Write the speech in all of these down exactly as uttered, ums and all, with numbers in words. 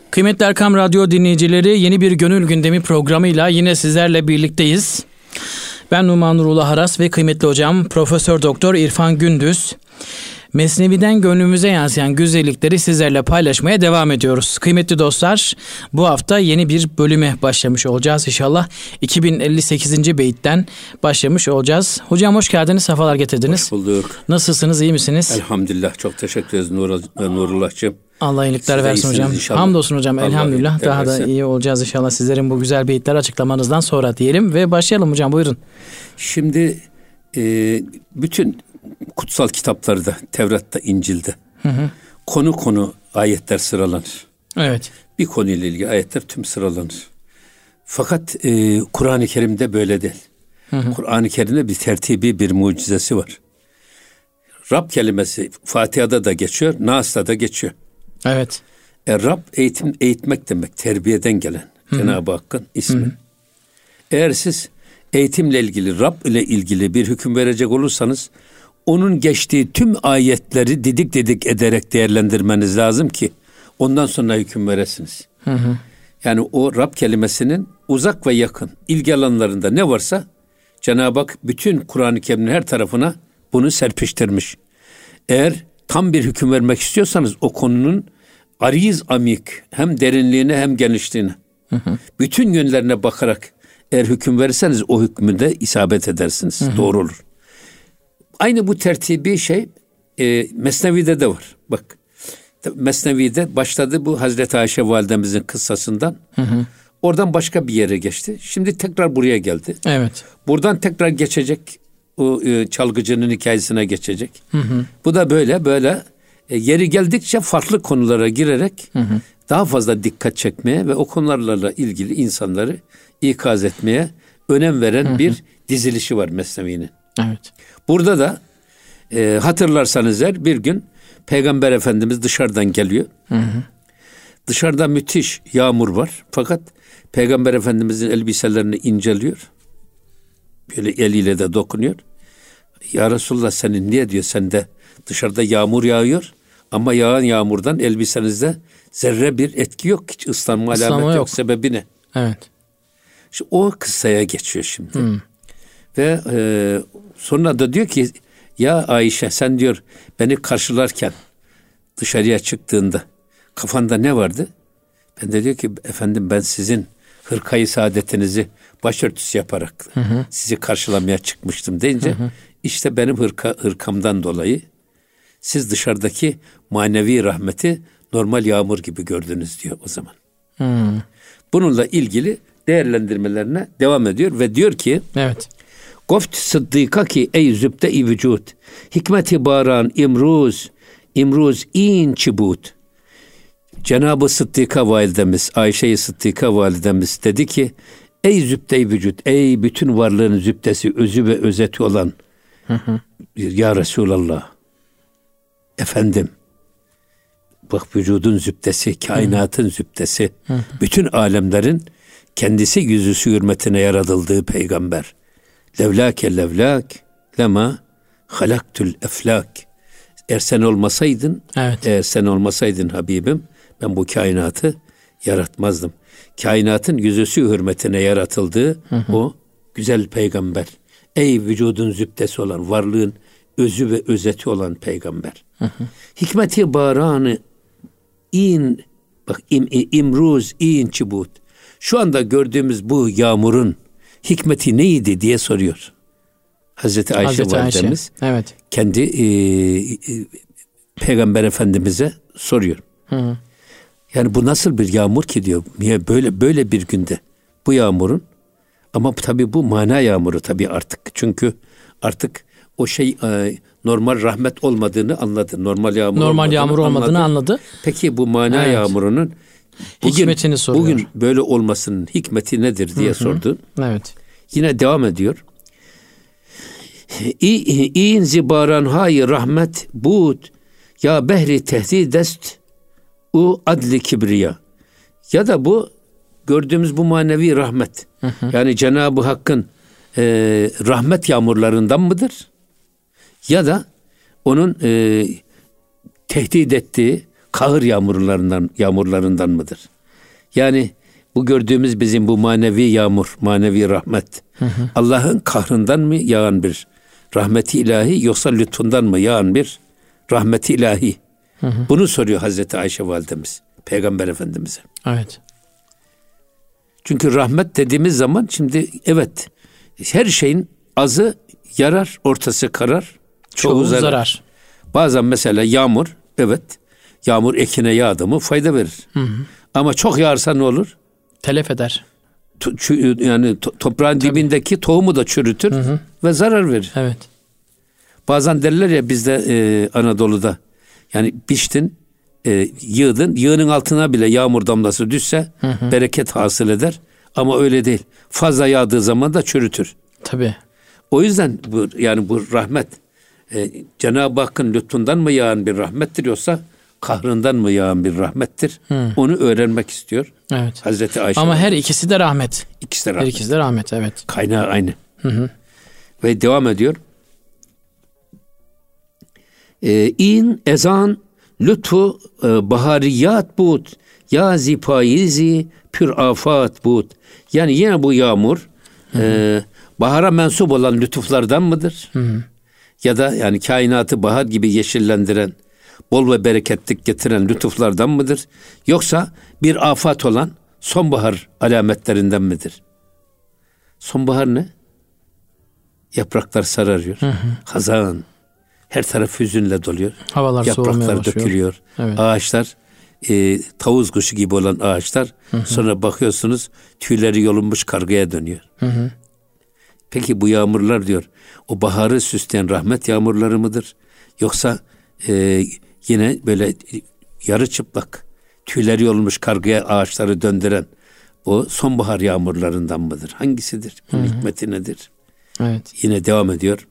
Kıymetli Erkam Radyo dinleyicileri, yeni bir Gönül Gündemi programıyla yine sizlerle birlikteyiz. Ben Numan Nurullah Aras ve kıymetli hocam Profesör Doktor İrfan Gündüz. Mesnevi'den gönlümüze yansıyan güzellikleri sizlerle paylaşmaya devam ediyoruz. Kıymetli dostlar, bu hafta yeni bir bölüme başlamış olacağız inşallah. iki bin elli sekizinci beyitten başlamış olacağız. Hocam hoş geldiniz, sefalar getirdiniz. Hoş bulduk. Nasılsınız, iyi misiniz? Elhamdülillah, çok teşekkür ederiz Nur, Nurullah'cığım. Allah iyilikler versin hocam. İnşallah. Hamdolsun hocam, Allah elhamdülillah. Daha da iyi olacağız inşallah sizlerin bu güzel beyitleri açıklamanızdan sonra diyelim ve başlayalım hocam, buyurun. Şimdi e, bütün kutsal kitaplarda, Tevrat'ta, İncil'de hı hı. konu konu ayetler sıralanır. Evet. Bir konuyla ilgili ayetler tüm sıralanır. Fakat e, Kur'an-ı Kerim'de böyle değil. Hı hı. Kur'an-ı Kerim'de bir tertibi, bir mucizesi var. Rab kelimesi Fatiha'da da geçiyor, Nas'ta da geçiyor. Evet. E, Rab eğitim, eğitmek demek, terbiyeden gelen Hı-hı. Cenab-ı Hakk'ın ismi. Hı-hı. Eğer siz eğitimle ilgili, Rab ile ilgili bir hüküm verecek olursanız, onun geçtiği tüm ayetleri didik didik ederek değerlendirmeniz lazım ki ondan sonra hüküm veresiniz. Hı hı. Yani o Rab kelimesinin uzak ve yakın ilgi alanlarında ne varsa Cenab-ı Hak bütün Kur'an-ı Kerim'in her tarafına bunu serpiştirmiş. Eğer tam bir hüküm vermek istiyorsanız o konunun ariz amik hem derinliğine hem genişliğine hı hı. bütün yönlerine bakarak eğer hüküm verirseniz o hükmü de isabet edersiniz. Hı hı. Doğru olur. Aynı bu tertibi şey e, Mesnevi'de de var. Bak, Mesnevi'de başladı bu Hazreti Ayşe validemizin kıssasından. Hı hı. Oradan başka bir yere geçti. Şimdi tekrar buraya geldi. Evet. Buradan tekrar geçecek, o e, çalgıcının hikayesine geçecek. Hı hı. Bu da böyle böyle e, yeri geldikçe farklı konulara girerek hı hı. daha fazla dikkat çekmeye ve o konularla ilgili insanları ikaz etmeye önem veren hı hı. bir dizilişi var Mesnevi'nin. Evet. Burada da e, hatırlarsanız eğer bir gün Peygamber Efendimiz dışarıdan geliyor. Hı hı. Dışarıda müthiş yağmur var. Fakat Peygamber Efendimizin elbiselerini inceliyor. Böyle eliyle de dokunuyor. Ya Resulullah, senin niye diyor, sende dışarıda yağmur yağıyor ama yağan yağmurdan elbisenizde zerre bir etki yok. Hiç ıslanma alamet yok. yok. Sebebi ne? Evet. İşte o kıssaya geçiyor şimdi. Hı. Ve e, sonra da diyor ki, ya Ayşe, sen diyor beni karşılarken dışarıya çıktığında kafanda ne vardı? Ben de diyor ki, efendim ben sizin hırkayı saadetinizi başörtüsü yaparak hı hı. sizi karşılamaya çıkmıştım deyince hı hı. işte benim hırka, hırkamdan dolayı siz dışarıdaki manevi rahmeti normal yağmur gibi gördünüz diyor o zaman. Hı. Bununla ilgili değerlendirmelerine devam ediyor ve diyor ki evet. Goft sıddika ki ey zübde-i vücud hikmeti baran imruz imruz in çibut. Cenab-ı Sıddika validemiz, Ayşe-i Sıddika validemiz dedi ki, ey zübde-i vücud, ey bütün varlığın zübdesi, özü ve özeti olan hı hı. ya Resulallah, efendim, bak vücudun zübdesi, kainatın hı. zübdesi, hı hı. bütün alemlerin kendisi yüzüsü hürmetine yaratıldığı peygamber. Levlâke levlâk lema halaktül eflâk. Eğer sen olmasaydın, evet. eğer sen olmasaydın Habibim, ben bu kainatı yaratmazdım. Kainatın yüzüsü hürmetine yaratıldığı hı hı. o güzel peygamber. Ey vücudun zübdesi olan, varlığın özü ve özeti olan peygamber. Hı hı. Hikmeti baranı in, bak im, imruz in çibut. Şu anda gördüğümüz bu yağmurun hikmeti neydi diye soruyor. Hazreti Ayşe Hazreti validemiz Ayşe. Evet. kendi e, e, Peygamber Efendimiz'e soruyor. Hı hı. Yani bu nasıl bir yağmur ki diyor. Niye böyle böyle bir günde bu yağmurun, ama tabii bu mana yağmuru tabii artık. Çünkü artık o şey e, normal rahmet olmadığını anladı. Normal yağmur normal olmadığını yağmur olmadığını anladı. anladı. Peki bu mana evet. yağmurunun bugün, hikmetini soruyor. Bugün böyle olmasının hikmeti nedir diye hı hı. sordu. Evet. Yine devam ediyor. İn zibaran hay rahmet bud ya behri tehdid est u adli kibriya. Ya da bu gördüğümüz bu manevi rahmet. Hı hı. Yani Cenab-ı Hakk'ın e, rahmet yağmurlarından mıdır? Ya da onun e, tehdit ettiği kahır yağmurlarından yağmurlarından mıdır? Yani bu gördüğümüz bizim bu manevi yağmur, manevi rahmet, hı hı. Allah'ın kahrından mı yağan bir rahmeti ilahi, yoksa lütfundan mı yağan bir rahmeti ilahi? Hı hı. Bunu soruyor Hazreti Ayşe validemiz Peygamber Efendimiz'e. Evet. Çünkü rahmet dediğimiz zaman şimdi evet, her şeyin azı yarar, ortası karar, çoğu, çoğu zarar. zarar. Bazen mesela yağmur, evet, yağmur ekine yağdı mı fayda verir. Hı hı. Ama çok yağarsa ne olur? Telef eder. To- yani to- toprağın Tabii. dibindeki tohumu da çürütür, hı hı. ve zarar verir. Evet. Bazen derler ya bizde e, Anadolu'da, yani biçtin, e, yığdın, yığının altına bile yağmur damlası düşse hı hı. bereket hasıl eder. Ama öyle değil. Fazla yağdığı zaman da çürütür. Tabii. O yüzden bu, yani bu rahmet e, Cenab-ı Hakk'ın lütfundan mı yağan bir rahmettir, yoksa kahrından mı yağan bir rahmettir? Hı. Onu öğrenmek istiyor. Evet. Hazreti Ayşe. Ama her ikisi de rahmet. İkisi de rahmet. Her ikisi de rahmet, evet. Kaynağı aynı. Hı hı. Ve devam ediyor. E, in ezan lütfu e, bahariyat bud ya zipayizi pür afat bud. Yani yine bu yağmur e, bahara mensup olan lütuflardan mıdır? Hı hı. Ya da yani kainatı bahar gibi yeşillendiren, bol ve bereketlik getiren lütuflardan mıdır? Yoksa bir afat olan sonbahar alametlerinden midir? Sonbahar ne? Yapraklar sararıyor. Hı hı. Hazan. Her taraf hüzünle doluyor. Havalar Yapraklar dökülüyor. Evet. Ağaçlar, e, tavus kuşu gibi olan ağaçlar, hı hı. sonra bakıyorsunuz tüyleri yolunmuş kargaya dönüyor. Hı hı. Peki bu yağmurlar diyor, o baharı süsleyen rahmet yağmurları mıdır? Yoksa e, yine böyle yarı çıplak, tüyleri yolunmuş kargaya ağaçları döndüren o sonbahar yağmurlarından mıdır? Hangisidir? Bunun hikmeti nedir? Evet. Yine devam ediyor.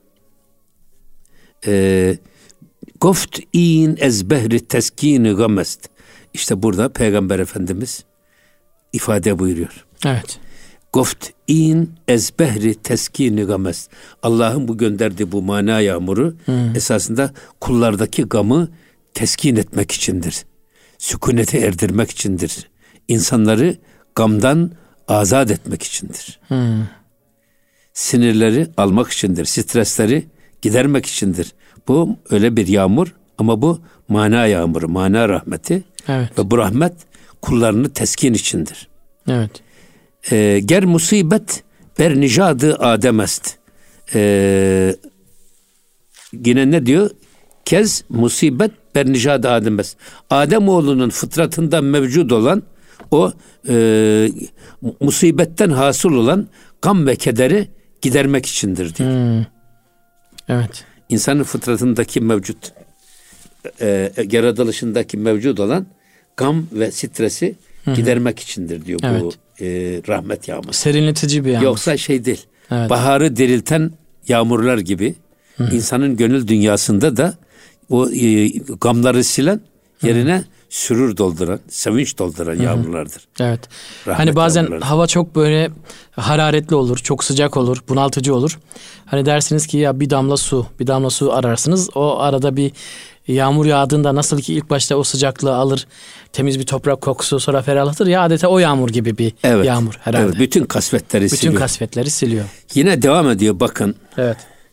E, Goft in ez behri teskini gamest. İşte burada Peygamber Efendimiz ifade buyuruyor. Evet. Goft in ez behri teskini gamest. Allah'ın bu gönderdiği bu mana yağmuru hmm. esasında kullardaki gamı teskin etmek içindir. Sükunete erdirmek içindir. İnsanları gamdan azat etmek içindir. Hmm. Sinirleri almak içindir. Stresleri gidermek içindir. Bu öyle bir yağmur, ama bu mana yağmuru, mana rahmeti. Evet. Ve bu rahmet kullarını teskin içindir. Evet. Ee, ger musibet ber nicadı Adem est. Ee, yine ne diyor? Kez musibet ber nicadı Adem est. Adem oğlunun fıtratında mevcut olan o e, musibetten hasıl olan gam ve kederi gidermek içindir diyor. Hmm. Evet. İnsanın fıtratındaki mevcut, e, yaratılışındaki mevcut olan gam ve stresi Hı-hı. gidermek içindir diyor evet. bu e, rahmet yağmuru. Serinletici bir yağmur. Yoksa şey değil. Evet. Baharı dirilten yağmurlar gibi Hı-hı. insanın gönül dünyasında da o e, gamları silen, yerine Hı-hı. sürür dolduran, sevinç dolduran Hı-hı. yağmurlardır. Evet. Rahmet hani bazen yağmurlardır. Hava çok böyle hararetli olur, çok sıcak olur, bunaltıcı olur. Hani dersiniz ki ya bir damla su, bir damla su ararsınız. O arada bir yağmur yağdığında nasıl ki ilk başta o sıcaklığı alır, temiz bir toprak kokusu sonra ferahlatır ya, adeta o yağmur gibi bir evet. yağmur herhalde. Evet, bütün kasvetleri bütün siliyor. Bütün kasvetleri siliyor. Yine devam ediyor bakın. Evet.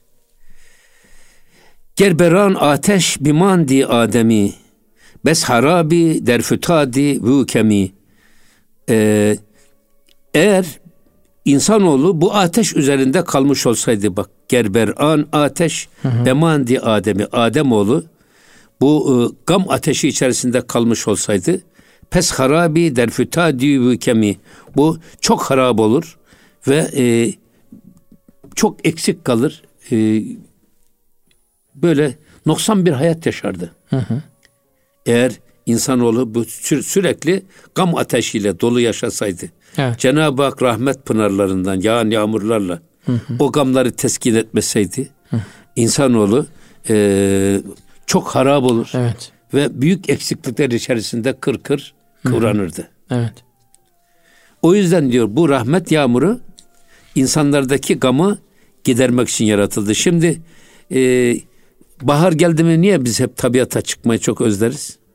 Gerberan ateş bimandi ademi bes harabi der fütadi vükemi. Ee, eğer insanoğlu bu ateş üzerinde kalmış olsaydı, bak, gerberan ateş bemandi ademi, Ademoğlu bu e, gam ateşi içerisinde kalmış olsaydı, pes harabi der fütadi vükemi, bu çok harap olur ve e, çok eksik kalır, e, böyle noksan bir hayat yaşardı. Hı hı. Eğer insanoğlu bu sü- sürekli gam ateşiyle dolu yaşasaydı, evet. Cenab-ı Hak rahmet pınarlarından yağan yağmurlarla hı hı. o gamları teskin etmeseydi, hı. insanoğlu e, çok harap olur evet. ve büyük eksiklikler içerisinde kır kır kıvranırdı. Hı. Evet. O yüzden diyor bu rahmet yağmuru insanlardaki gamı gidermek için yaratıldı. Şimdi e, bahar geldi mi niye biz hep tabiata çıkmayı çok özleriz?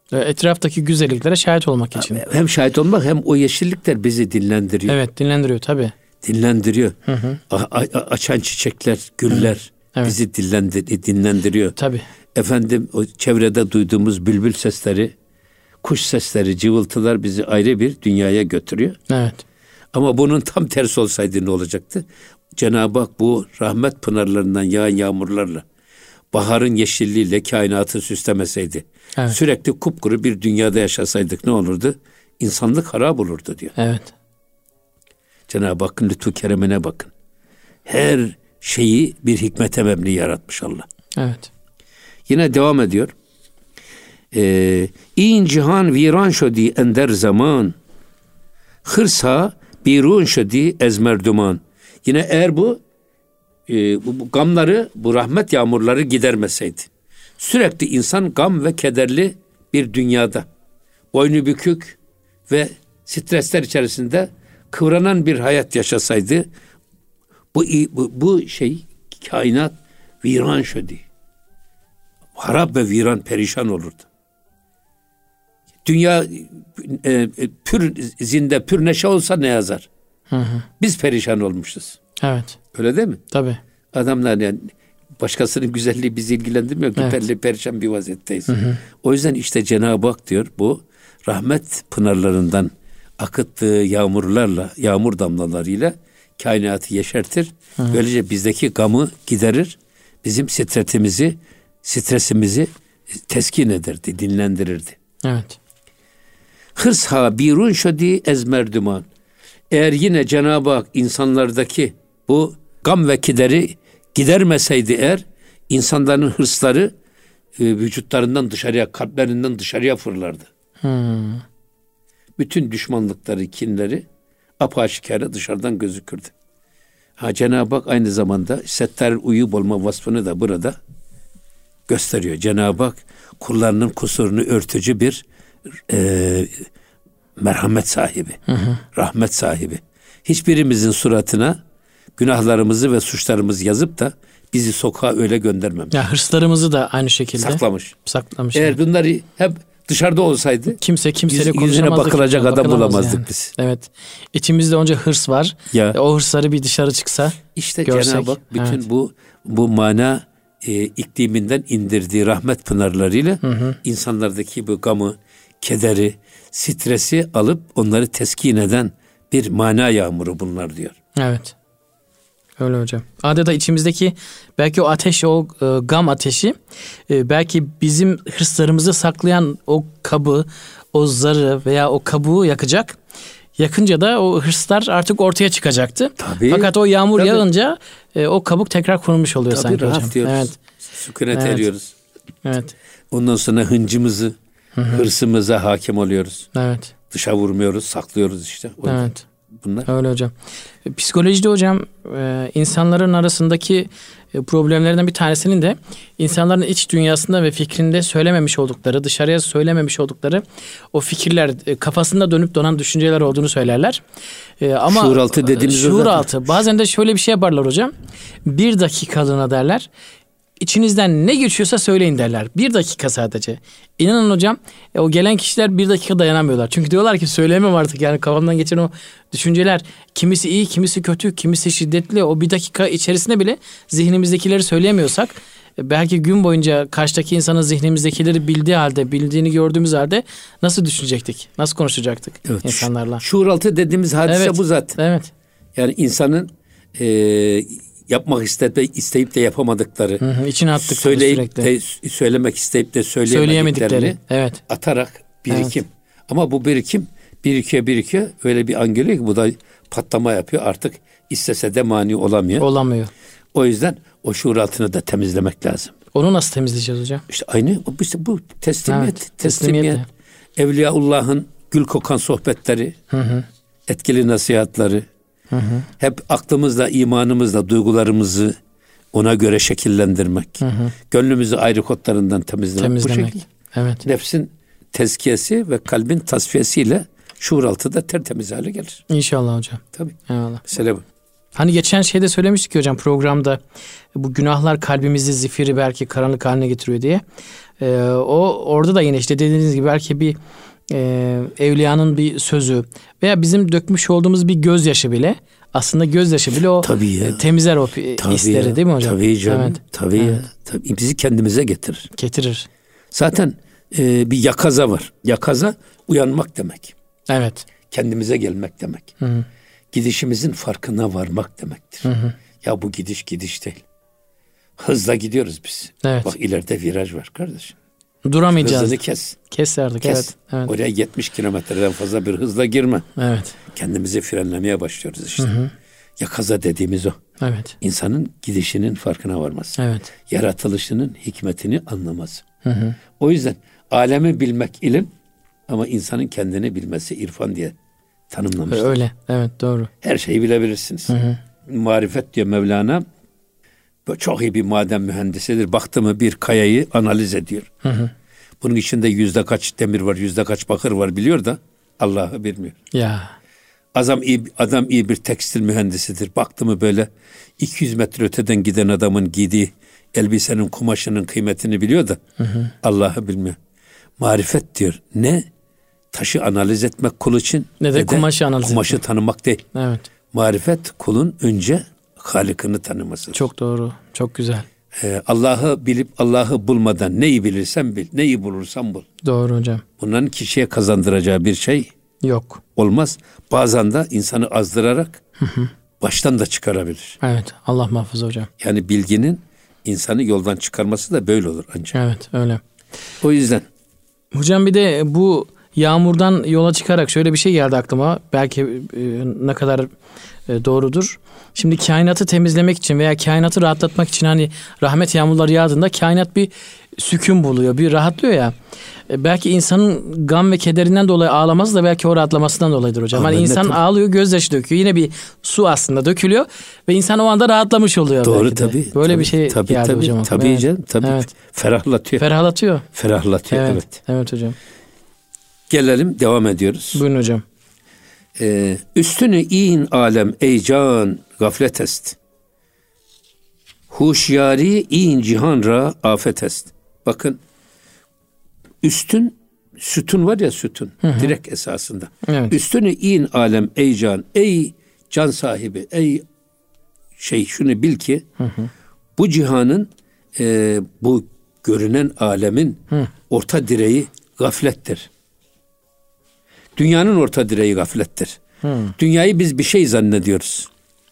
Etraftaki güzelliklere şahit olmak için. Hem şahit olmak hem o yeşillikler bizi dinlendiriyor. Evet, dinlendiriyor tabii. Dinlendiriyor. Hı hı. A- a- açan çiçekler, güller evet. bizi dinlendir- dinlendiriyor. Tabii. Efendim o çevrede duyduğumuz bülbül sesleri, kuş sesleri, cıvıltılar bizi ayrı bir dünyaya götürüyor. Evet. Ama bunun tam tersi olsaydı ne olacaktı? Cenab-ı Hak bu rahmet pınarlarından yağan yağmurlarla, baharın yeşilliğiyle kainatı süslemeseydi, evet. sürekli kupkuru bir dünyada yaşasaydık ne olurdu? İnsanlık harap olurdu diyor. Evet. Cenab-ı Hakk'ın lütfu keremine bakın. Her şeyi bir hikmete mebni yaratmış Allah. Evet. Yine devam ediyor. Ee, İn cihan viran şodi ender zaman, hırsa birun şodi ezmerduman. Yine eğer bu, e, bu, bu gamları, bu rahmet yağmurları gidermeseydi, sürekli insan gam ve kederli bir dünyada, boynu bükük ve stresler içerisinde kıvranan bir hayat yaşasaydı, bu bu, bu şey kainat viran şodi, harap ve viran, perişan olurdu. Dünya e, pür zinde, pür neşe olsa ne yazar? Hı hı. Biz perişan olmuşuz. Evet. Öyle değil mi? Tabii. Adamlar yani başkasının güzelliği bizi ilgilendirmiyor ki, evet. perişan bir vaziyetteyiz. Hı hı. O yüzden işte Cenab-ı Hak diyor, bu rahmet pınarlarından akıttığı yağmurlarla, yağmur damlalarıyla kainatı yeşertir. Hı hı. Böylece bizdeki gamı giderir. Bizim stresimizi, stresimizi teskin ederdi, dinlendirirdi. Evet. Hırsha birun şodi ezmerduman. Eğer yine Cenab-ı Hak insanlardaki bu gam ve kederi gidermeseydi eğer, insanların hırsları e, vücutlarından dışarıya, kalplerinden dışarıya fırlardı. Hmm. Bütün düşmanlıkları, kinleri apaşikare dışarıdan gözükürdü. Ha, Cenab-ı Hak aynı zamanda settar uyub olma vasfını da burada gösteriyor. Cenab-ı Hak kullarının kusurunu örtücü bir e, merhamet sahibi, hı hı. rahmet sahibi. Hiçbirimizin suratına günahlarımızı ve suçlarımızı yazıp da bizi sokağa öyle göndermemiş. Ya hırslarımızı da aynı şekilde saklamış. Saklamış. Eğer yani. bunları hep dışarıda olsaydı kimse kimseyle yüz, yüzüne bakılacak adam bulamazdık yani. biz. Evet. İçimizde onca hırs var. Ya. E, o hırsları bir dışarı çıksa İşte görsek, Cenab-ı Hak bütün evet. bu bu mana e, ikliminden indirdiği rahmet pınarlarıyla hı hı. insanlardaki bu gamı, kederi, stresi alıp onları teskin eden bir mana yağmuru bunlar diyor. Evet. Öyle hocam. Adeta içimizdeki belki o ateş, o e, gam ateşi e, belki bizim hırslarımızı saklayan o kabı, o zarı veya o kabuğu yakacak. Yakınca da o hırslar artık ortaya çıkacaktı. Tabii, Fakat o yağmur tabii. yağınca e, o kabuk tekrar kurumuş oluyor tabii, sanki hocam. Diyoruz. Evet. Sükunet evet. eriyoruz. Evet. Ondan sonra hıncımızı, hı hı. hırsımıza hakim oluyoruz. Evet. Dışa vurmuyoruz, saklıyoruz işte. O evet. Bunlar. Öyle hocam. Psikolojide hocam insanların arasındaki problemlerden bir tanesinin de insanların iç dünyasında ve fikrinde söylememiş oldukları, dışarıya söylememiş oldukları o fikirler, kafasında dönüp donan düşünceler olduğunu söylerler. Ama şuur altı dediğimiz şuur altı. Bazen de şöyle bir şey yaparlar hocam. Bir dakikalığına derler. İçinizden ne geçiyorsa söyleyin derler. Bir dakika sadece. İnanın hocam e, o gelen kişiler bir dakika dayanamıyorlar. Çünkü diyorlar ki söyleyemem artık, yani kafamdan geçen o düşünceler. Kimisi iyi, kimisi kötü, kimisi şiddetli. O bir dakika içerisinde bile zihnimizdekileri söyleyemiyorsak e, belki gün boyunca karşıdaki insanın zihnimizdekileri bildiği halde, bildiğini gördüğümüz halde nasıl düşünecektik? Nasıl konuşacaktık evet, insanlarla? Şuur altı dediğimiz hadise evet, bu zaten. Evet. Yani insanın eee yapmak isteyip, isteyip de yapamadıkları, hı hı, içine attıkları söyleyip sürekli. De, söylemek isteyip de söyleyemediklerini evet. atarak birikim. Evet. Ama bu birikim birikiyor birikiyor öyle bir an geliyor ki bu da patlama yapıyor, artık istese de mani olamıyor. Olamıyor. O yüzden o şuur altını da temizlemek lazım. Onu nasıl temizleyeceğiz hocam? İşte aynı işte bu teslimiyet. Evet, teslimiyet. teslimiyet. Evliyaullah'ın gül kokan sohbetleri, hı hı. etkili nasihatları, hı hı. hep aklımızla, imanımızla duygularımızı ona göre şekillendirmek. Hı hı. Gönlümüzü ayrıkotlarından temizlemek. Temizlemek. Bu şekilde. Evet. Nefsin tezkiyesi ve kalbin tasfiyesiyle şuur altı da tertemiz hale gelir. İnşallah hocam. Tabii. Eyvallah. Mesele bu. Hani geçen şeyde söylemiştik ki hocam programda, bu günahlar kalbimizi zifiri belki karanlık haline getiriyor diye. Ee, o orada da yine işte dediğiniz gibi belki bir e, evliyanın bir sözü veya bizim dökmüş olduğumuz bir gözyaşı bile, aslında gözyaşı bile o e, temizler o tabii hisleri ya. Değil mi hocam? Tabii canım. Evet. Tabii, evet. Ya. Tabii bizi kendimize getirir. Getirir. Zaten e, bir yakaza var. Yakaza uyanmak demek. Evet. Kendimize gelmek demek. Hı hı. Gidişimizin farkına varmak demektir. Hı hı. Ya bu gidiş gidiş değil. Hızla gidiyoruz biz. Evet. Bak ileride viraj var kardeşim. Duramayacağız. Hızını kes. Kes artık. Kes. Evet. Evet. Oraya yetmiş kilometreden fazla bir hızla girme. Evet. Kendimizi frenlemeye başlıyoruz işte. Hı hı. Yakaza dediğimiz o. Evet. İnsanın gidişinin farkına varması. Evet. Yaratılışının hikmetini anlaması. Hı hı. O yüzden alemi bilmek ilim, ama insanın kendini bilmesi irfan diye tanımlamışlar. Öyle. Evet, doğru. Her şeyi bilebilirsiniz. Hı hı. Marifet diyor Mevlana. Çok iyi bir maden mühendisidir. Baktı mı bir kayayı analiz ediyor. Hı hı. Bunun içinde yüzde kaç demir var, yüzde kaç bakır var biliyor da Allah'ı bilmiyor. Ya. Adam iyi, adam iyi bir tekstil mühendisidir. Baktı mı böyle iki yüz metre öteden giden adamın giydiği elbisenin kumaşının kıymetini biliyor da hı hı. Allah'ı bilmiyor. Marifet diyor. Ne? Taşı analiz etmek kul için. Ne de, ne de kumaşı analiz kumaşı etmek. Tanımak değil. Evet. Marifet kulun önce Halık'ını tanımasıdır. Çok doğru. Çok güzel. Ee, Allah'ı bilip Allah'ı bulmadan neyi bilirsen bil, neyi bulursan bul. Doğru hocam. Bunların kişiye kazandıracağı bir şey yok. Olmaz. Bazen de insanı azdırarak hı hı. baştan da çıkarabilir. Evet. Allah muhafaza hocam. Yani bilginin insanı yoldan çıkarması da böyle olur ancak. Evet, öyle. O yüzden. Hocam bir de bu yağmurdan yola çıkarak şöyle bir şey geldi aklıma. Belki e, ne kadar e, doğrudur. Şimdi kainatı temizlemek için veya kainatı rahatlatmak için hani rahmet yağmurları yağdığında kainat bir sükun buluyor, bir rahatlıyor ya. E, belki insanın gam ve kederinden dolayı ağlaması da belki o rahatlamasından dolayıdır hocam. Hani insan ağlıyor, gözyaşı döküyor. Yine bir su aslında dökülüyor ve insan o anda rahatlamış oluyor. Doğru tabii. Böyle tabii, bir şey tabii, geldi tabii, hocam. Tabii evet. canım. Tabii. Evet. Ferahlatıyor. Ferahlatıyor. Ferahlatıyor evet. Evet, evet hocam. Gelelim, devam ediyoruz. Buyurun hocam. Ee, üstünü in alem ey can gaflet est. Huşyari in cihan ra afet est. Bakın, üstün, sütun var ya sütun, hı hı. direkt esasında. Evet. Üstünü in alem ey can, ey can sahibi, ey şey şunu bil ki hı hı. bu cihanın, e, bu görünen alemin hı. orta direği gaflettir. Dünyanın orta direği gaflettir. Hı. Dünyayı biz bir şey zannediyoruz.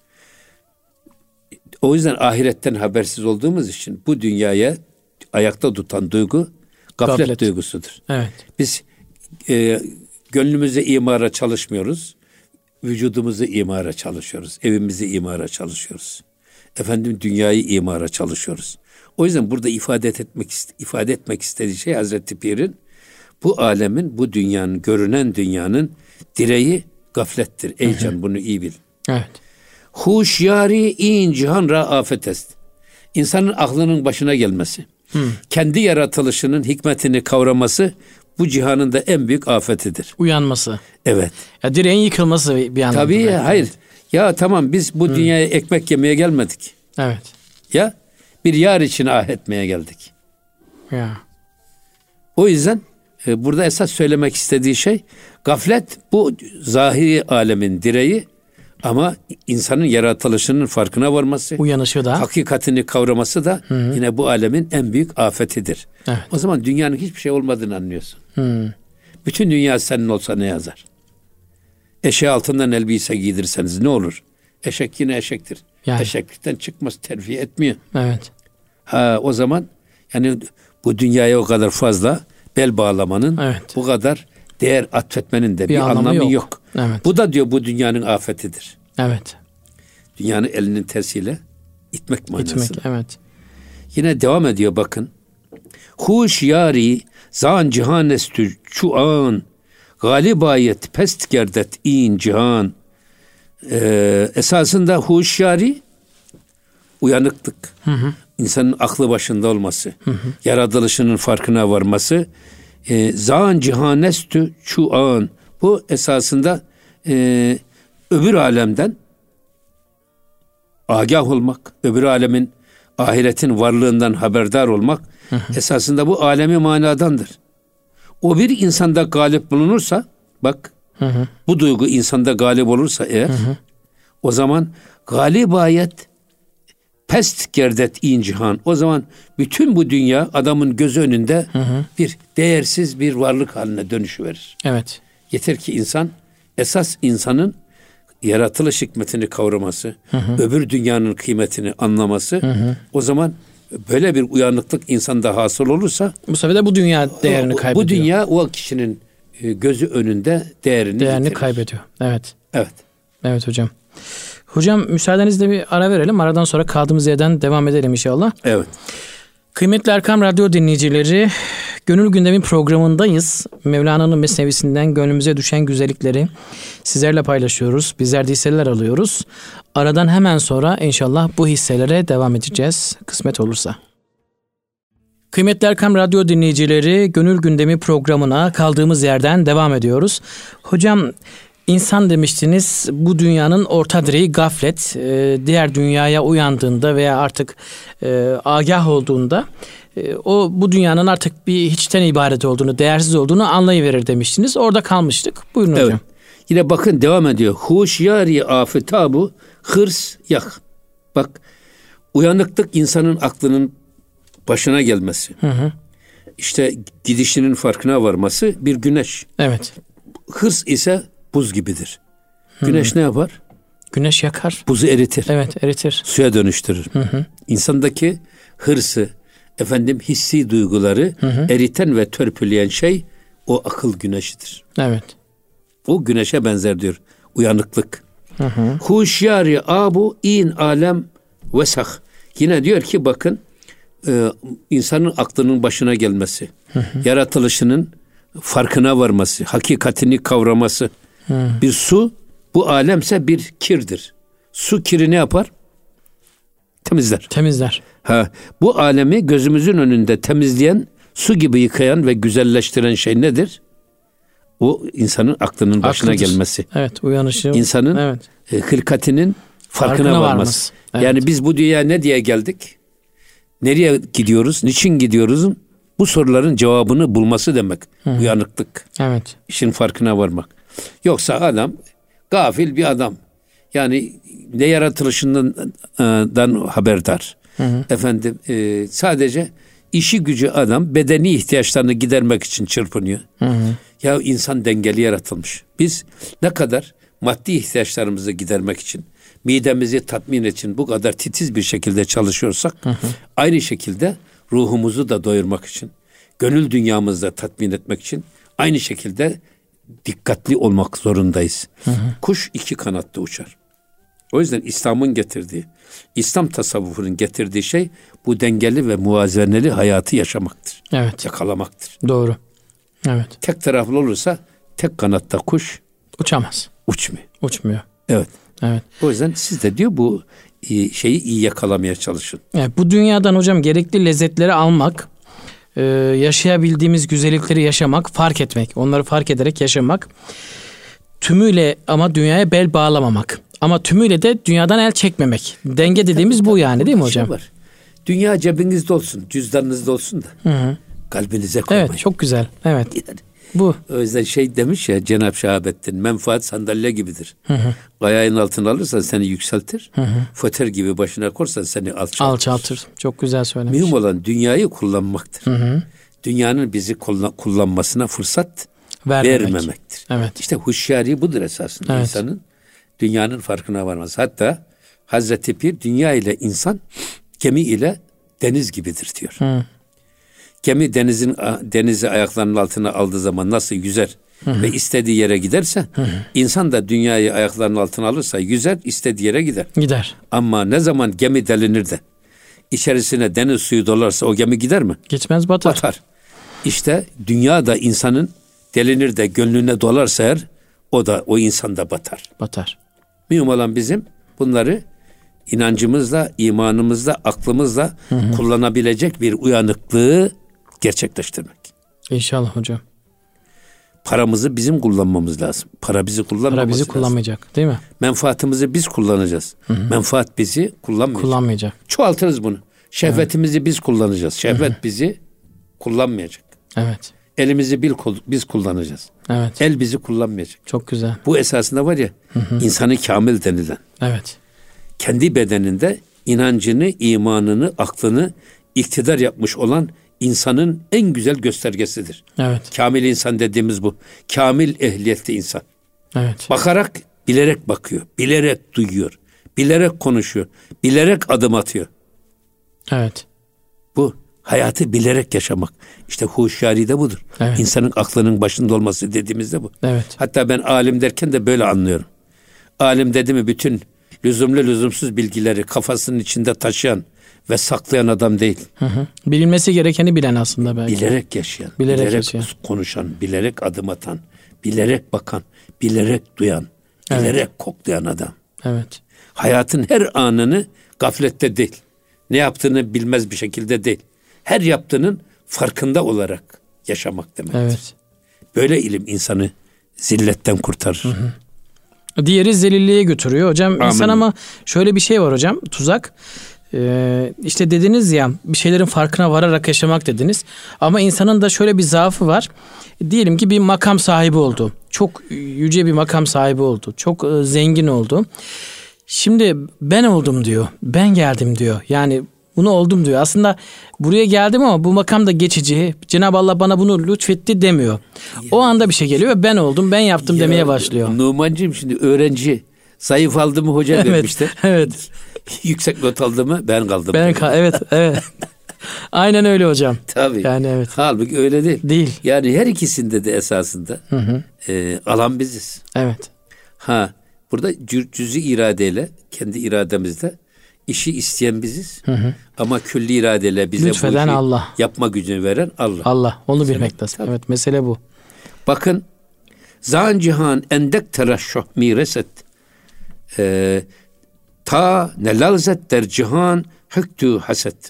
O yüzden ahiretten habersiz olduğumuz için bu dünyaya ayakta tutan duygu gaflet, gaflet. duygusudur. Evet. Biz e, gönlümüzü imara çalışmıyoruz. Vücudumuzu imara çalışıyoruz. Evimizi imara çalışıyoruz. Efendim dünyayı imara çalışıyoruz. O yüzden burada ifade etmek ifade etmek istediği şey Hazreti Pir'in bu alemin, bu dünyanın, görünen dünyanın direği gaflettir. Ey can, bunu iyi bil. Evet. Huşyari in cihan ra afet est. İnsanın aklının başına gelmesi, Hı. kendi yaratılışının hikmetini kavraması bu cihanın da en büyük afetidir. Uyanması. Evet. Ya direğin yıkılması bir anlamda. Tabii ya, hayır. Ya tamam, biz bu Hı. dünyaya ekmek yemeye gelmedik. Evet. Ya bir yar için ah etmeye geldik. Ya. O yüzden e, burada esas söylemek istediği şey, gaflet bu zahiri alemin direği, ama insanın yaratılışının farkına varması, uyanışı da, hakikatini kavraması da Hı. yine bu alemin en büyük afetidir. Evet. O zaman dünyanın hiçbir şey olmadığını anlıyorsun. Hı. Bütün dünya senin olsa ne yazar? Eşeğe altından elbise giydirseniz ne olur? Eşek yine eşektir. Yani. Eşeklikten çıkmaz, terfiye etmiyor. Evet. Ha, o zaman yani bu dünyaya o kadar fazla bel bağlamanın, evet. bu kadar değer atfetmenin de bir, bir anlamı yok. yok. Evet. Bu da diyor bu dünyanın afetidir. Evet. Dünyanın elinin tersiyle itmek manası. İtmek, evet. Yine devam ediyor bakın. Huş yari zan cihanestü çuan galibayet pest gerdet in cihan. Ee, esasında huşyari uyanıklık. Hı hı. İnsanın aklı başında olması. Hı hı. Yaratılışının farkına varması. E, zan cihanestü çuan. Bu esasında e, öbür alemden agah olmak, öbür alemin, ahiretin varlığından haberdar olmak hı hı. esasında bu alemi manadandır. O bir insanda galip bulunursa, bak hı hı. bu duygu insanda galip olursa eğer, hı hı. o zaman galibayet pest gerdet incihan. O zaman bütün bu dünya adamın gözü önünde hı hı. bir değersiz bir varlık haline dönüşüverir. Evet. Yeter ki insan, esas insanın yaratılış hikmetini kavraması, hı hı. öbür dünyanın kıymetini anlaması, hı hı. o zaman böyle bir uyanıklık insanda hasıl olursa, bu sefer de bu dünya değerini kaybediyor. Bu dünya o kişinin gözü önünde değerini, değerini kaybediyor. Evet. Evet. Evet hocam. Hocam müsaadenizle bir ara verelim. Aradan sonra kaldığımız yerden devam edelim inşallah. Evet. Kıymetli Erkam Radyo dinleyicileri, Gönül Gündemi programındayız. Mevlana'nın mesnevisinden gönlümüze düşen güzellikleri sizlerle paylaşıyoruz. Bizler de hisseler alıyoruz. Aradan hemen sonra inşallah bu hisselere devam edeceğiz. Kısmet olursa. Kıymetli Erkam Radyo dinleyicileri, Gönül Gündemi programına kaldığımız yerden devam ediyoruz. Hocam, İnsan demiştiniz, bu dünyanın orta direği gaflet. Ee, diğer dünyaya uyandığında veya artık e, agah olduğunda e, o bu dünyanın artık bir hiçten ibaret olduğunu, değersiz olduğunu anlayıverir demiştiniz. Orada kalmıştık. Buyurun evet. hocam. Yine bakın devam ediyor. Huşyari afetabu hırs yak. Bak, uyanıklık insanın aklının başına gelmesi. Hı hı. İşte gidişinin farkına varması bir güneş. Evet. Hırs ise buz gibidir. Güneş hı. ne yapar? Güneş yakar. Buzu eritir. Evet, eritir. Suya dönüştürür. Hı hı. İnsandaki hırsı, efendim hissi duyguları hı hı. eriten ve törpüleyen şey o akıl güneşidir. Evet. O güneşe benzer diyor uyanıklık. Huşyari abu in alem vesah. Yine diyor ki bakın e, insanın aklının başına gelmesi, hı hı. yaratılışının farkına varması, hakikatini kavraması. Hı. Bir su, bu alemse bir kirdir. Su kiri ne yapar? Temizler. Temizler. Ha, bu alemi gözümüzün önünde temizleyen, su gibi yıkayan ve güzelleştiren şey nedir? O insanın aklının başına Aklıdır. gelmesi. Evet, uyanışı. İnsanın evet. e, hılkatinin farkına, farkına varması. Evet. Yani biz bu dünyaya ne diye geldik? Nereye gidiyoruz? Niçin gidiyoruz? Bu soruların cevabını bulması demek. Hı. Uyanıklık. Evet. İşin farkına varmak. Yoksa adam gafil bir adam. Yani ne yaratılışından haberdar. Hı hı. Efendim e, sadece işi gücü adam bedeni ihtiyaçlarını gidermek için çırpınıyor. Hı hı. Ya insan dengeli yaratılmış. Biz ne kadar maddi ihtiyaçlarımızı gidermek için, midemizi tatmin için bu kadar titiz bir şekilde çalışıyorsak, hı hı. aynı şekilde ruhumuzu da doyurmak için, gönül dünyamızı da tatmin etmek için aynı şekilde dikkatli olmak zorundayız. Hı hı. Kuş iki kanatlı uçar. O yüzden İslam'ın getirdiği, İslam tasavvufunun getirdiği şey bu dengeli ve muvazeneli hayatı yaşamaktır. Evet. Yakalamaktır. Doğru. Evet. Tek taraflı olursa tek kanatta kuş uçamaz. Uçmuyor. Uçmuyor. Evet. Evet. O yüzden siz de diyor bu şeyi iyi yakalamaya çalışın. Evet, bu dünyadan hocam gerekli lezzetleri almak, Ee, yaşayabildiğimiz güzellikleri yaşamak, fark etmek, onları fark ederek yaşamak, tümüyle ama dünyaya bel bağlamamak, ama tümüyle de dünyadan el çekmemek. Denge dediğimiz tabii, bu tabii, yani değil mi hocam? Şey var. Dünya cebinizde olsun, cüzdanınızda olsun da hı hı. kalbinize koymayın. Evet, çok güzel. Evet. Yani, bu. O yüzden şey demiş ya Cenab-ı Şahabettin, menfaat sandalye gibidir. Hı hı. Ayağın altına alırsan seni yükseltir. Hı hı. Föter gibi başına korsan seni alçaltır. Alçaltır. Çok güzel söylemiş. Mühim olan dünyayı kullanmaktır. Hı hı. Dünyanın bizi kullanmasına fırsat Vermemek. vermemektir. Evet. İşte huşyari budur esasında, evet. insanın dünyanın farkına varması. Hatta Hazreti Pir dünya ile insan gemi ile deniz gibidir diyor. Hı. Gemi denizin denizi ayaklarının altına aldığı zaman nasıl yüzer hı hı. ve istediği yere giderse, hı hı. insan da dünyayı ayaklarının altına alırsa yüzer, istediği yere gider. Gider. Ama ne zaman gemi delinir de içerisine deniz suyu dolarsa o gemi gider mi? Gitmez, batar. Batar. İşte dünya da insanın delinir de gönlüne dolarsa eğer o da o insan da batar. Batar. Mühim olan bizim bunları inancımızla, imanımızla, aklımızla hı hı. kullanabilecek bir uyanıklığı gerçekleştirmek. İnşallah hocam. Paramızı bizim kullanmamız lazım. Para bizi kullanmaması Para bizi lazım. kullanmayacak değil mi? Menfaatimizi biz kullanacağız. Hı hı. Menfaat bizi kullanmayacak. Kullanmayacak. Çoğaltırız bunu. Şehvetimizi evet. biz kullanacağız. Şehvet hı hı. bizi kullanmayacak. Evet. Elimizi biz kullanacağız. Evet. El bizi kullanmayacak. Çok güzel. Bu esasında var ya hı hı. insanı kamil denilen. Evet. Kendi bedeninde inancını, imanını, aklını iktidar yapmış olan insanın en güzel göstergesidir. Evet. Kamil insan dediğimiz bu. Kamil ehliyetli insan. Evet. Bakarak, bilerek bakıyor, bilerek duyuyor, bilerek konuşuyor, bilerek adım atıyor. Evet. Bu hayatı bilerek yaşamak. İşte huşyari de budur. Evet. İnsanın aklının başında olması dediğimizde bu. Evet. Hatta ben alim derken de böyle anlıyorum. Alim dedi mi bütün lüzumlu lüzumsuz bilgileri kafasının içinde taşıyan ve saklayan adam değil. Hı hı. Bilinmesi gerekeni bilen aslında belki. Bilerek yaşayan, bilerek, bilerek yaşayan. konuşan, bilerek adım atan, bilerek bakan, bilerek duyan, evet. bilerek koklayan adam. Evet. Hayatın her anını gaflette değil. Ne yaptığını bilmez bir şekilde değil. Her yaptığının farkında olarak yaşamak demektir. Evet. Böyle ilim insanı zilletten kurtarır. Hı hı. Diğeri zelilliğe götürüyor hocam. Amin. İnsan ama şöyle bir şey var hocam, tuzak. Ee, işte dediniz ya, bir şeylerin farkına vararak yaşamak dediniz. Ama insanın da şöyle bir zaafı var. Diyelim ki bir makam sahibi oldu. Çok yüce bir makam sahibi oldu. Çok e, zengin oldu. Şimdi ben oldum diyor. Ben geldim diyor. Yani bunu oldum diyor. Aslında buraya geldim ama bu makam da geçici. Cenab-ı Allah bana bunu lütfetti demiyor. Ya. O anda bir şey geliyor. Ben oldum, ben yaptım ya, demeye başlıyor. Numancığım şimdi öğrenci zayıf aldı mı hoca evet, vermiştir. Evet. Yüksek not aldı mı ben kaldım. Ben kal- evet, evet. Aynen öyle hocam. Tabii. Yani evet. Halbuki öyle değil. Değil. Yani her ikisinde de esasında hı hı. E, alan biziz. Evet. Ha, burada cü- cüz'i iradeyle, kendi irademizle işi isteyen biziz. Hı hı. Ama külli iradeyle bize lütfeden bu işi Allah. yapma gücünü veren Allah. Allah. Onu bilmek lazım. Evet, mesele bu. Bakın, zan cihan endek teraşşuh mireset. Ee, ta ne lalzet der cihan hüktü haset.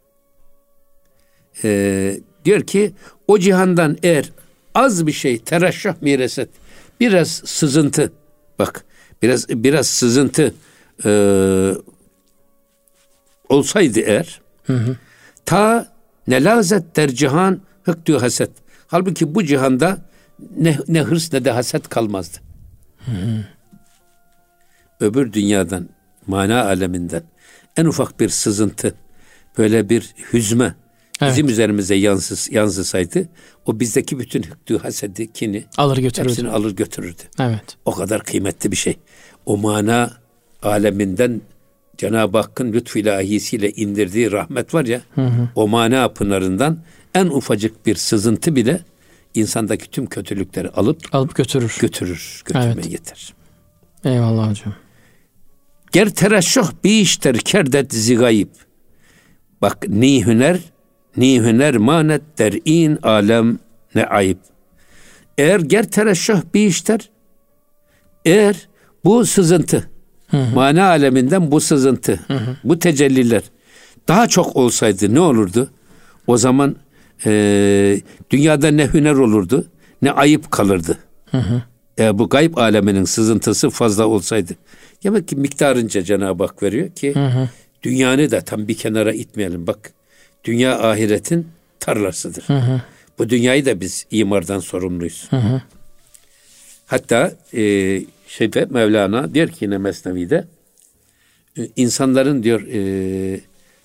Ee, diyor ki o cihandan eğer az bir şey teraşşuh mireset, biraz sızıntı, bak biraz biraz sızıntı e, olsaydı eğer hı hı. ta ne lazet der cihan hıktü haset. Halbuki bu cihanda ne, ne hırs ne de haset kalmazdı. Hı hı. Öbür dünyadan, mana aleminden en ufak bir sızıntı, böyle bir hüzme evet. bizim üzerimize yansız, yansısaydı o bizdeki bütün hıktü hasedi, kini alır götürürdü. Hepsini alır götürürdü. Evet. O kadar kıymetli bir şey. O mana aleminden Cenab-ı Hakk'ın lütfu ilahisiyle indirdiği rahmet var ya, hı hı. o mana pınarından en ufacık bir sızıntı bile insandaki tüm kötülükleri alıp alıp götürür. Götürür, götürmeye evet. yeter. Eyvallah hocam. Ger tereşşuh bi işter kerdet zigayip. Bak ni hüner, ni hüner manet der'in alem ne ayıp. Eğer ger tereşşuh bi işter, eğer bu sızıntı, hı hı. mana aleminden bu sızıntı, hı hı. bu tecelliler daha çok olsaydı ne olurdu? O zaman e, dünyada ne hüner olurdu, ne ayıp kalırdı. Hı hı. Eğer bu gayb aleminin sızıntısı fazla olsaydı. Demek ki miktarınca Cenab-ı Hak veriyor ki hı hı. dünyanı da tam bir kenara itmeyelim. Bak, dünya ahiretin tarlasıdır. Hı hı. Bu dünyayı da biz imardan sorumluyuz. Hı hı. Hatta e, şeyde Mevlana diyor ki yine Mesnevi'de e, insanların diyor e,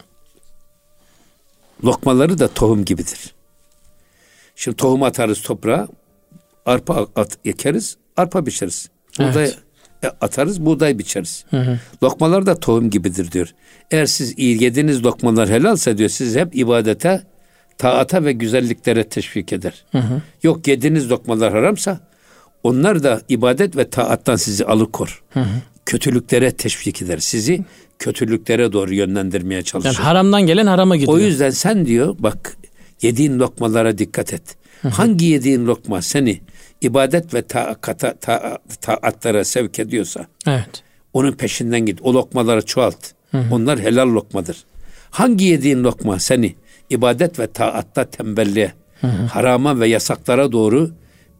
lokmaları da tohum gibidir. Şimdi tohum atarız toprağa, arpa at, ekeriz, arpa biçeriz. Buğday evet. atarız, buğday biçeriz. Hı hı. Lokmalar da tohum gibidir diyor. Eğer siz iyi yediğiniz lokmalar helalse diyor, siz hep ibadete, taata ve güzelliklere teşvik eder. Hı hı. Yok yediğiniz lokmalar haramsa onlar da ibadet ve taattan sizi alıkor. Hı hı. Kötülüklere teşvik eder. Sizi kötülüklere doğru yönlendirmeye çalışır. Yani haramdan gelen harama gidiyor. O yüzden sen diyor bak yediğin lokmalara dikkat et. Hı hı. Hangi yediğin lokma seni ibadet ve taata, ta, taatlara sevk ediyorsa evet. onun peşinden git. O lokmaları çoğalt. Hı hı. Onlar helal lokmadır. Hangi yediğin lokma seni ibadet ve taatta tembelliğe, hı hı. harama ve yasaklara doğru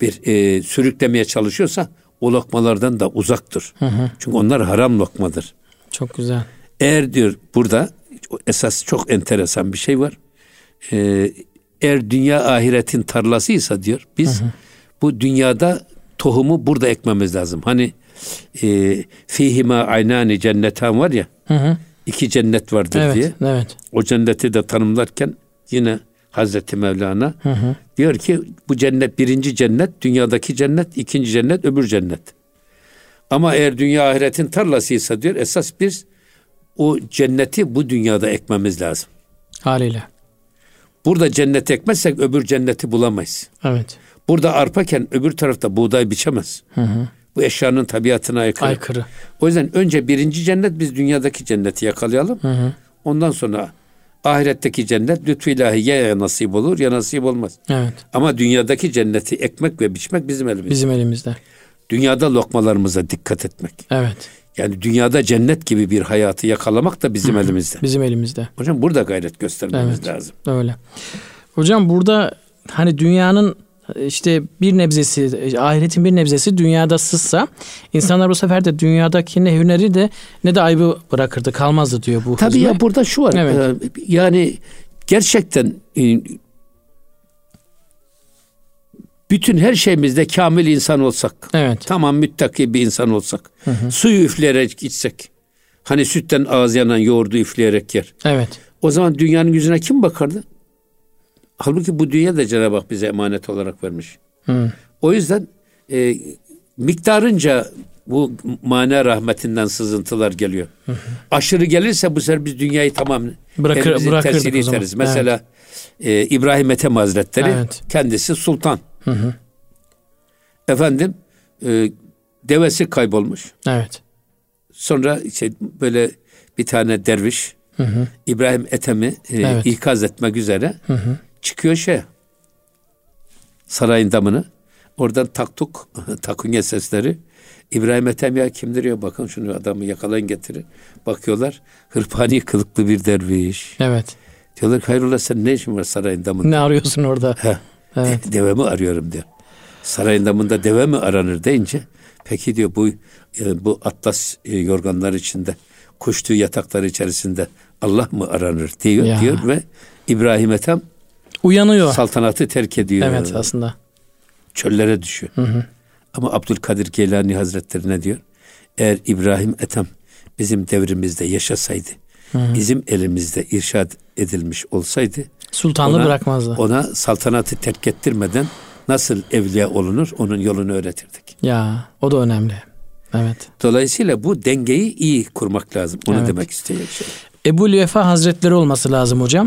bir e, sürüklemeye çalışıyorsa o lokmalardan da uzaktır. Hı hı. Çünkü onlar haram lokmadır. Çok güzel. Eğer diyor burada esas çok enteresan bir şey var. Ee, eğer dünya ahiretin tarlasıysa diyor biz hı hı. bu dünyada tohumu burada ekmemiz lazım. Hani e, fihima aynani cennetan var ya hı hı. iki cennet vardır evet, diye. Evet. O cenneti de tanımlarken yine Hazreti Mevlana hı hı. diyor ki bu cennet birinci cennet, dünyadaki cennet, ikinci cennet, öbür cennet. Ama eğer dünya ahiretin tarlasıysa diyor esas biz o cenneti bu dünyada ekmemiz lazım. Haliyle. Burada cennet ekmezsek öbür cenneti bulamayız. Evet. Burada arpaken öbür tarafta buğday biçemez. Hı hı. Bu eşyanın tabiatına aykırı. Aykırı. O yüzden önce birinci cennet biz dünyadaki cenneti yakalayalım. Hı hı. Ondan sonra ahiretteki cennet lütfü ilahi ya nasip olur ya nasip olmaz. Evet. Ama dünyadaki cenneti ekmek ve biçmek bizim elimizde. Bizim elimizde. Dünyada lokmalarımıza dikkat etmek. Evet. Yani dünyada cennet gibi bir hayatı yakalamak da bizim Hı-hı. elimizde. Bizim elimizde. Hocam burada gayret göstermemiz evet, lazım. Öyle. Hocam burada hani dünyanın işte bir nebzesi, ahiretin bir nebzesi dünyada sızsa insanlar bu sefer de dünyadaki ne hüneri de ne de aybı bırakırdı, kalmazdı diyor bu. Tabii hızme. Ya burada şu var. Evet. Yani gerçekten bütün her şeyimizde kamil insan olsak, evet. tamam müttaki bir insan olsak, hı hı. suyu üfleyerek içsek, hani sütten ağız yanan yoğurdu üfleyerek yer. Evet. O zaman dünyanın yüzüne kim bakardı? Halbuki bu dünya da Cenab-ı Hak bize emanet olarak vermiş. Hı. O yüzden e, miktarınca bu mana rahmetinden sızıntılar geliyor. Hı hı. Aşırı gelirse bu sefer biz dünyayı tamam Bırakır, bırakırdık o zaman. Mesela evet. e, İbrahim Ethem Hazretleri evet. kendisi sultan. Hı hı. Efendim e, devesi kaybolmuş. Evet. Sonra işte böyle bir tane derviş hı hı. İbrahim Ethem'i e, evet. ikaz etmek üzere hı hı. çıkıyor şey sarayın damını. Oradan taktuk takunye sesleri. İbrahim Ethem ya kimdir ya bakın şunu adamı yakalayın getirin. Bakıyorlar hırpani kılıklı bir derviş. Evet. Diyorlar hayrola sen ne işin var sarayın damında? Ne arıyorsun orada? Heh. Evet. De, devemi arıyorum diyor. Sarayın damında deve mi aranır deyince peki diyor bu e, bu atlas e, yorganlar içinde kuş tüy yatakları içerisinde Allah mı aranır diyor ya. diyor ve İbrahim Ethem uyanıyor. Saltanatı terk ediyor. Evet aslında. Çöllere düşüyor. Hı hı. Ama Abdülkadir Geylani Hazretleri ne diyor? Eğer İbrahim Ethem bizim devrimizde yaşasaydı, hı hı. bizim elimizde irşad edilmiş olsaydı sultanlığı ona, bırakmazdı. Ona saltanatı terk ettirmeden nasıl evliya olunur onun yolunu öğretirdik. Ya o da önemli. Evet. Dolayısıyla bu dengeyi iyi kurmak lazım. Onu evet. demek istiyorum. Şey. Ebu Lüefa Hazretleri olması lazım hocam.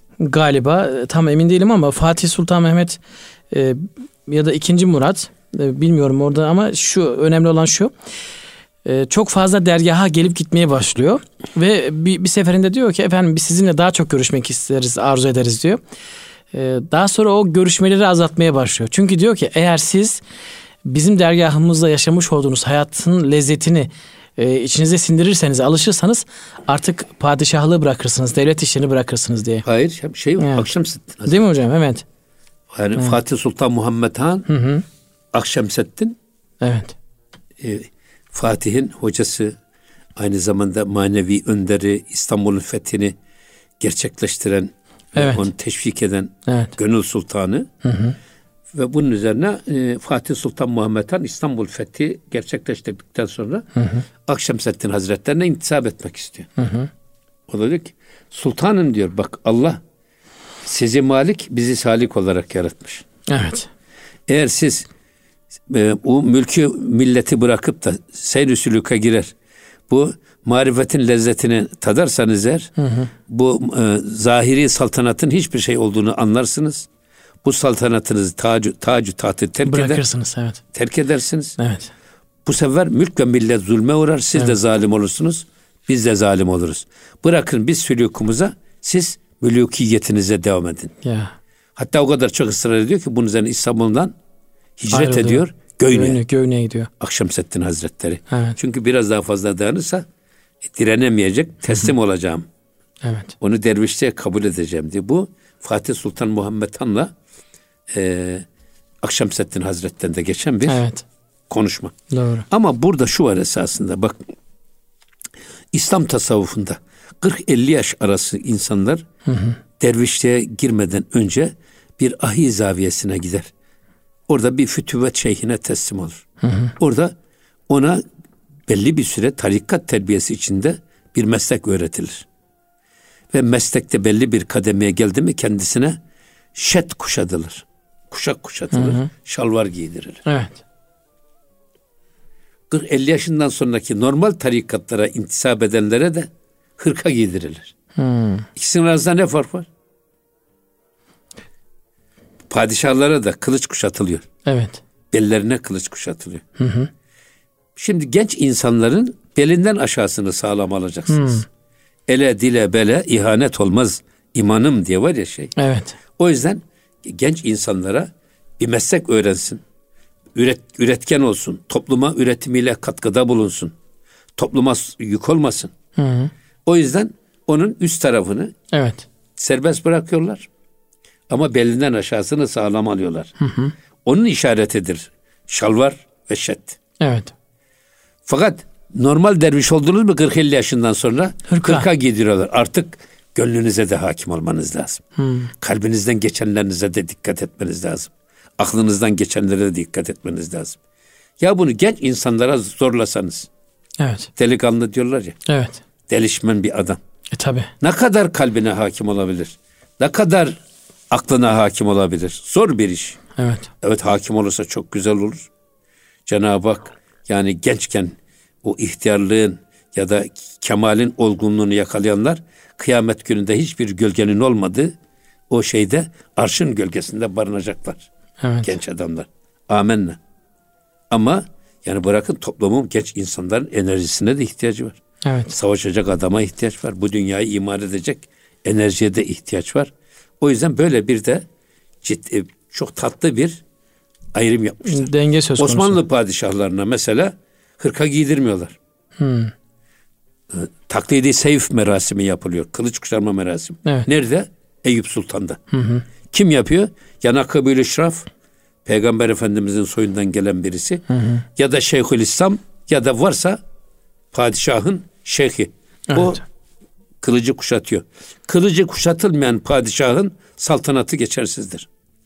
Galiba tam emin değilim ama Fatih Sultan Mehmet e, ya da ikinci Murat e, bilmiyorum orada ama şu önemli olan şu. E, çok fazla dergaha gelip gitmeye başlıyor ve bir, bir seferinde diyor ki efendim biz sizinle daha çok görüşmek isteriz, arzu ederiz diyor. E, daha sonra o görüşmeleri azaltmaya başlıyor. Çünkü diyor ki eğer siz bizim dergahımızda yaşamış olduğunuz hayatın lezzetini e, içinize sindirirseniz, alışırsanız artık padişahlığı bırakırsınız, devlet işlerini bırakırsınız diye. Hayır, şey evet. Akşemseddin. Değil mi hocam? Evet. Yani evet. Fatih Sultan Muhammed Han, hı hı. Akşemseddin. Evet. E, Fatih'in hocası, aynı zamanda manevi önderi, İstanbul'un fethini gerçekleştiren, evet. onu teşvik eden evet. Gönül Sultanı. Hı hı. Ve bunun üzerine e, Fatih Sultan Muhammed Han İstanbul fethi gerçekleştirdikten sonra hı hı. Akşemseddin Hazretlerine intisap etmek istiyor. Hı hı. O da diyor ki sultanım diyor bak Allah sizi malik bizi salik olarak yaratmış. Evet. Eğer siz e, bu mülkü milleti bırakıp da seyr-i sülûka girer bu marifetin lezzetini tadarsanız eğer hı hı. bu e, zahiri saltanatın hiçbir şey olduğunu anlarsınız. Bu saltanatınızı tacu, tacu tahtı terk bırakırsınız, eder, evet. terk edersiniz. Evet. Bu sefer mülk ve millet zulme uğrar. Siz evet. de zalim olursunuz. Biz de zalim oluruz. Bırakın biz sülûkumuza, siz mülûkiyetinize devam edin. Ya. Hatta o kadar çok ısrar ediyor ki bunun üzerine İstanbul'dan hicret ayrılıyor. ediyor. Göğne'ye. Göğne, Göğne'ye gidiyor. Akşemseddin Hazretleri. Evet. Çünkü biraz daha fazla dayanırsa direnemeyecek, teslim Hı-hı. olacağım. Evet. Onu dervişliğe kabul edeceğim diye. Bu Fatih Sultan Muhammed Han'la e, Akşemseddin Hazretleri'nden de geçen bir evet. konuşma. Doğru. Ama burada şu var esasında, bak, İslam tasavvufunda kırk elli yaş arası insanlar hı hı. dervişliğe girmeden önce bir ahi zaviyesine gider. Orada bir fütüvet şeyhine teslim olur. Hı hı. Orada ona belli bir süre tarikat terbiyesi içinde bir meslek öğretilir. Ve meslekte belli bir kademeye geldi mi kendisine şet kuşatılır. Kuşak kuşatılır, hı hı. şalvar giydirilir. Evet. kırk elli yaşından sonraki normal tarikatlara intisap edenlere de hırka giydirilir. Hmm. İkisinin arasında ne fark var? Padişahlara da kılıç kuşatılıyor. Evet. Bellerine kılıç kuşatılıyor. Hı hı. Şimdi genç insanların belinden aşağısını sağlam alacaksınız. Hmm. Ele dile bele ihanet olmaz imanım diye var ya şey. Evet. O yüzden genç insanlara bir meslek öğrensin. Üret, üretken olsun. Topluma üretimiyle katkıda bulunsun. Topluma yük olmasın. Hı hı. O yüzden onun üst tarafını evet. serbest bırakıyorlar. Ama belinden aşağısını sağlam alıyorlar. Hı hı. Onun işaretidir şalvar ve şet. Evet. Fakat normal derviş oldunuz mu kırk elli yaşından sonra Hırka. hırka giydiriyorlar. Artık gönlünüze de hakim olmanız lazım. Hı. Kalbinizden geçenlerinize de dikkat etmeniz lazım. Aklınızdan geçenlere de dikkat etmeniz lazım. Ya bunu genç insanlara zorlasanız. Evet. Delikanlı diyorlar ya. Evet. Delişmen bir adam. E tabi. Ne kadar kalbine hakim olabilir? Ne kadar aklına hakim olabilir? Zor bir iş. Evet. Evet, hakim olursa çok güzel olur. Cenab-ı Hak yani gençken o ihtiyarlığın ya da kemalin olgunluğunu yakalayanlar kıyamet gününde hiçbir gölgenin olmadığı o şeyde arşın gölgesinde barınacaklar. Evet. Genç adamlar. Amenna. Ama yani bırakın toplumun genç insanların enerjisine de ihtiyacı var. Evet. Savaşacak adama ihtiyaç var. Bu dünyayı imar edecek enerjiye de ihtiyaç var. O yüzden böyle bir de ciddi, çok tatlı bir ayrım yapmışlar. Denge söz konusu. Osmanlı padişahlarına mesela hırka giydirmiyorlar. Hmm. Taklidi seyf merasimi yapılıyor. Kılıç kuşanma merasimi. Evet. Nerede? Eyüp Sultan'da. Hı hı. Kim yapıyor? Ya Nakıbül İşraf, Peygamber Efendimizin soyundan gelen birisi. Hı hı. Ya da Şeyhülislam ya da varsa padişahın şeyhi. Evet. O kılıcı kuşatıyor. Kılıcı kuşatılmayan padişahın saltanatı geçersizdir.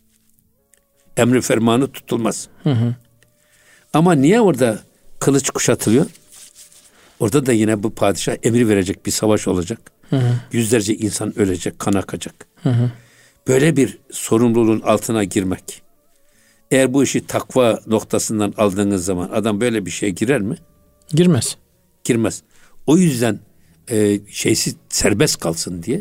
Emri fermanı tutulmaz. Hı hı. Ama niye orada kılıç kuşatılıyor? Orada da yine bu padişah emir verecek, bir savaş olacak. Hı hı. Yüzlerce insan ölecek, kan akacak. Hı hı. Böyle bir sorumluluğun altına girmek. Eğer bu işi takva noktasından aldığınız zaman adam böyle bir şeye girer mi? Girmez. Girmez. O yüzden e, şeysi serbest kalsın diye,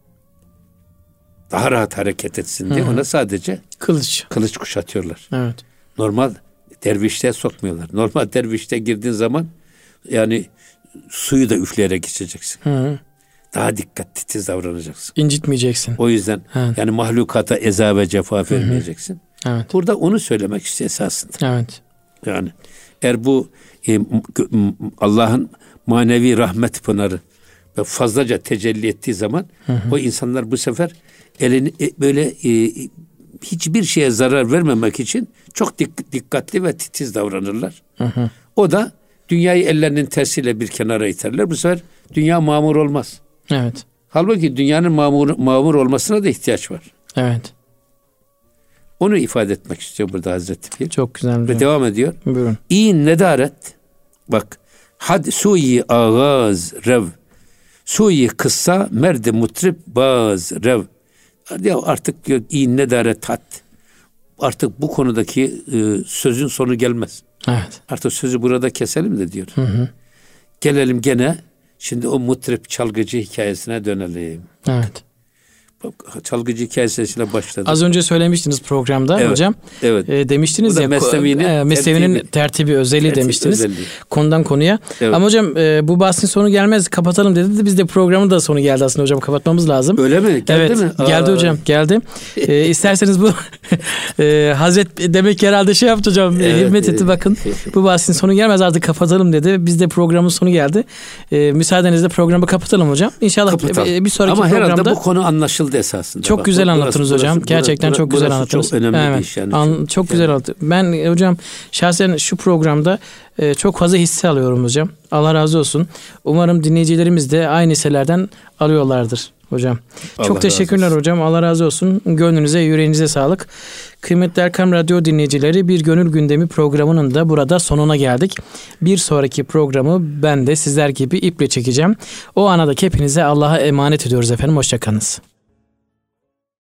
daha rahat hareket etsin diye, hı hı, ona sadece kılıç kılıç kuşatıyorlar. Evet. Normal dervişte sokmuyorlar. Normal dervişte girdiğin zaman yani suyu da üfleyerek içeceksin. Hı hı. Daha dikkat titiz davranacaksın. İncitmeyeceksin. O yüzden evet, yani mahlukata eza ve cefa vermeyeceksin. Hı hı. Evet. Burada onu söylemek istiyor esasında. Evet. Yani eğer bu e, Allah'ın manevi rahmet pınarı ve fazlaca tecelli ettiği zaman, hı hı, o insanlar bu sefer elini e, böyle e, hiçbir şeye zarar vermemek için çok dik, dikkatli ve titiz davranırlar. Hı hı. O da dünyayı ellerinin tersiyle bir kenara iterler. Bu sefer dünya mamur olmaz. Evet. Halbuki dünyanın mamur, mamur olmasına da ihtiyaç var. Evet. Onu ifade etmek istiyor burada Hazreti Pir. Çok güzel. Ve devam ediyor. Buyurun. İn nedaret. Bak. Had suyi ağaz rev. Suyi kıssa merdi mutrib baz rev. Ya artık diyor in nedaret tat. Artık bu konudaki e, sözün sonu gelmez. Evet. Artık sözü burada keselim de diyor. Hı hı. Gelelim gene şimdi o mutrip çalgıcı hikayesine dönelim. Evet. Çalgıcı hikayesiyle başladı. Az önce söylemiştiniz programda, evet, hocam. Evet. E, demiştiniz ya Mesnevi'nin, e, Mesnevi'nin tertibi, tertibi özelliği tertip demiştiniz. Özelliği. Konudan konuya. Evet. Ama hocam e, bu bahsin sonu gelmez, kapatalım dedi. Biz de programın da sonu geldi aslında hocam. Kapatmamız lazım. Öyle mi? Geldi evet, mi? Geldi Aa. hocam. Geldi. E, isterseniz bu e, Hazret demek ki herhalde şey yaptı hocam. Evet, hizmet etti, bakın. Bu bahsin sonu gelmez, artık kapatalım dedi. Biz de programın sonu geldi. E, müsaadenizle programı kapatalım hocam. İnşallah kapatalım. bir sonraki Ama programda. Ama herhalde bu konu anlaşıldı. anlatıldı esasında. Çok Bak, güzel burası, anlattınız burası, hocam. Burası, Gerçekten burası, çok güzel burası anlattınız. Çok önemli evet. bir iş yani. An, çok güzel yani. anlattınız. Ben e, hocam şahsen şu programda e, çok fazla hisse alıyorum hocam. Allah razı olsun. Umarım dinleyicilerimiz de aynı hisselerden alıyorlardır hocam. Allah çok teşekkürler hocam. Allah razı olsun. Gönlünüze, yüreğinize sağlık. Kıymetli Erkam Radyo dinleyicileri, Bir Gönül Gündemi programının da burada sonuna geldik. Bir sonraki programı ben de sizler gibi iple çekeceğim. O ana da hepinize Allah'a emanet ediyoruz efendim. Hoşça kalınız.